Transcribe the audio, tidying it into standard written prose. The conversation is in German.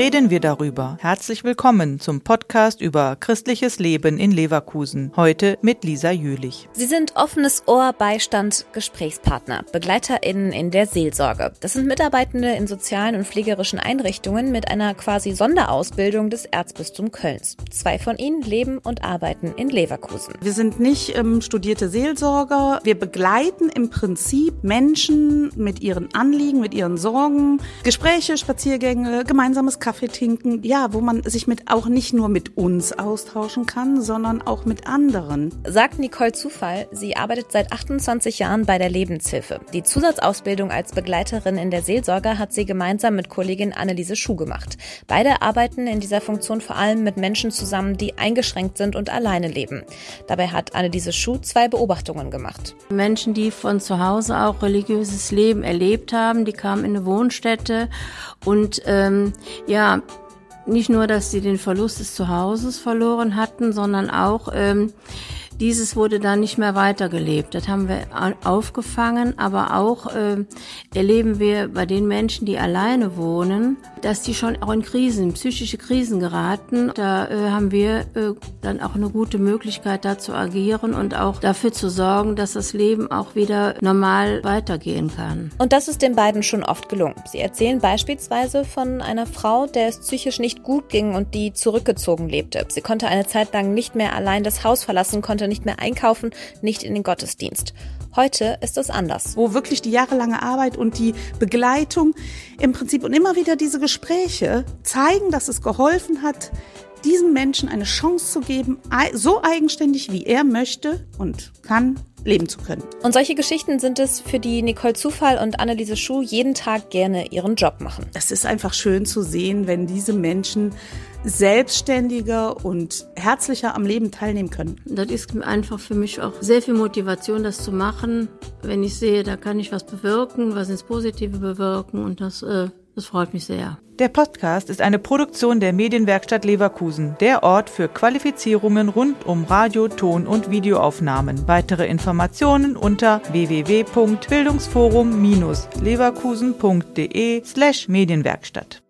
reden wir darüber. Herzlich willkommen zum Podcast über christliches Leben in Leverkusen. Heute mit Lisa Jülich. Sie sind offenes Ohr, Beistand, Gesprächspartner, BegleiterInnen in der Seelsorge. Das sind Mitarbeitende in sozialen und pflegerischen Einrichtungen mit einer quasi Sonderausbildung des Erzbistums Kölns. 2 von ihnen leben und arbeiten in Leverkusen. Wir sind nicht studierte Seelsorger. Wir begleiten im Prinzip Menschen mit ihren Anliegen, mit ihren Sorgen, Gespräche, Spaziergänge, gemeinsames Kaffeetrinken, ja, wo man sich auch nicht nur mit uns austauschen kann, sondern auch mit anderen. Sagt Nicole Zufall. Sie arbeitet seit 28 Jahren bei der Lebenshilfe. Die Zusatzausbildung als Begleiterin in der Seelsorge hat sie gemeinsam mit Kollegin Anneliese Schuh gemacht. Beide arbeiten in dieser Funktion vor allem mit Menschen zusammen, die eingeschränkt sind und alleine leben. Dabei hat Anneliese Schuh 2 Beobachtungen gemacht. Menschen, die von zu Hause auch religiöses Leben erlebt haben, die kamen in eine Wohnstätte und nicht nur, dass sie den Verlust des Zuhauses verloren hatten, sondern auch dieses wurde dann nicht mehr weitergelebt. Das haben wir aufgefangen, aber auch erleben wir bei den Menschen, die alleine wohnen, dass die schon auch in Krisen, psychische Krisen geraten. Da haben wir dann auch eine gute Möglichkeit, da zu agieren und auch dafür zu sorgen, dass das Leben auch wieder normal weitergehen kann. Und das ist den beiden schon oft gelungen. Sie erzählen beispielsweise von einer Frau, der es psychisch nicht gut ging und die zurückgezogen lebte. Sie konnte eine Zeit lang nicht mehr allein das Haus verlassen, konnte nicht mehr einkaufen, nicht in den Gottesdienst. Heute ist es anders. Wo wirklich die jahrelange Arbeit und die Begleitung im Prinzip und immer wieder diese Gespräche zeigen, dass es geholfen hat, diesem Menschen eine Chance zu geben, so eigenständig wie er möchte und kann, leben zu können. Und solche Geschichten sind es, für die Nicole Zufall und Anneliese Schuh jeden Tag gerne ihren Job machen. Es ist einfach schön zu sehen, wenn diese Menschen selbstständiger und herzlicher am Leben teilnehmen können. Das ist einfach für mich auch sehr viel Motivation, das zu machen, wenn ich sehe, da kann ich was bewirken, was ins Positive bewirken und das freut mich sehr. Der Podcast ist eine Produktion der Medienwerkstatt Leverkusen, der Ort für Qualifizierungen rund um Radio-, Ton- und Videoaufnahmen. Weitere Informationen unter www.bildungsforum-leverkusen.de/Medienwerkstatt.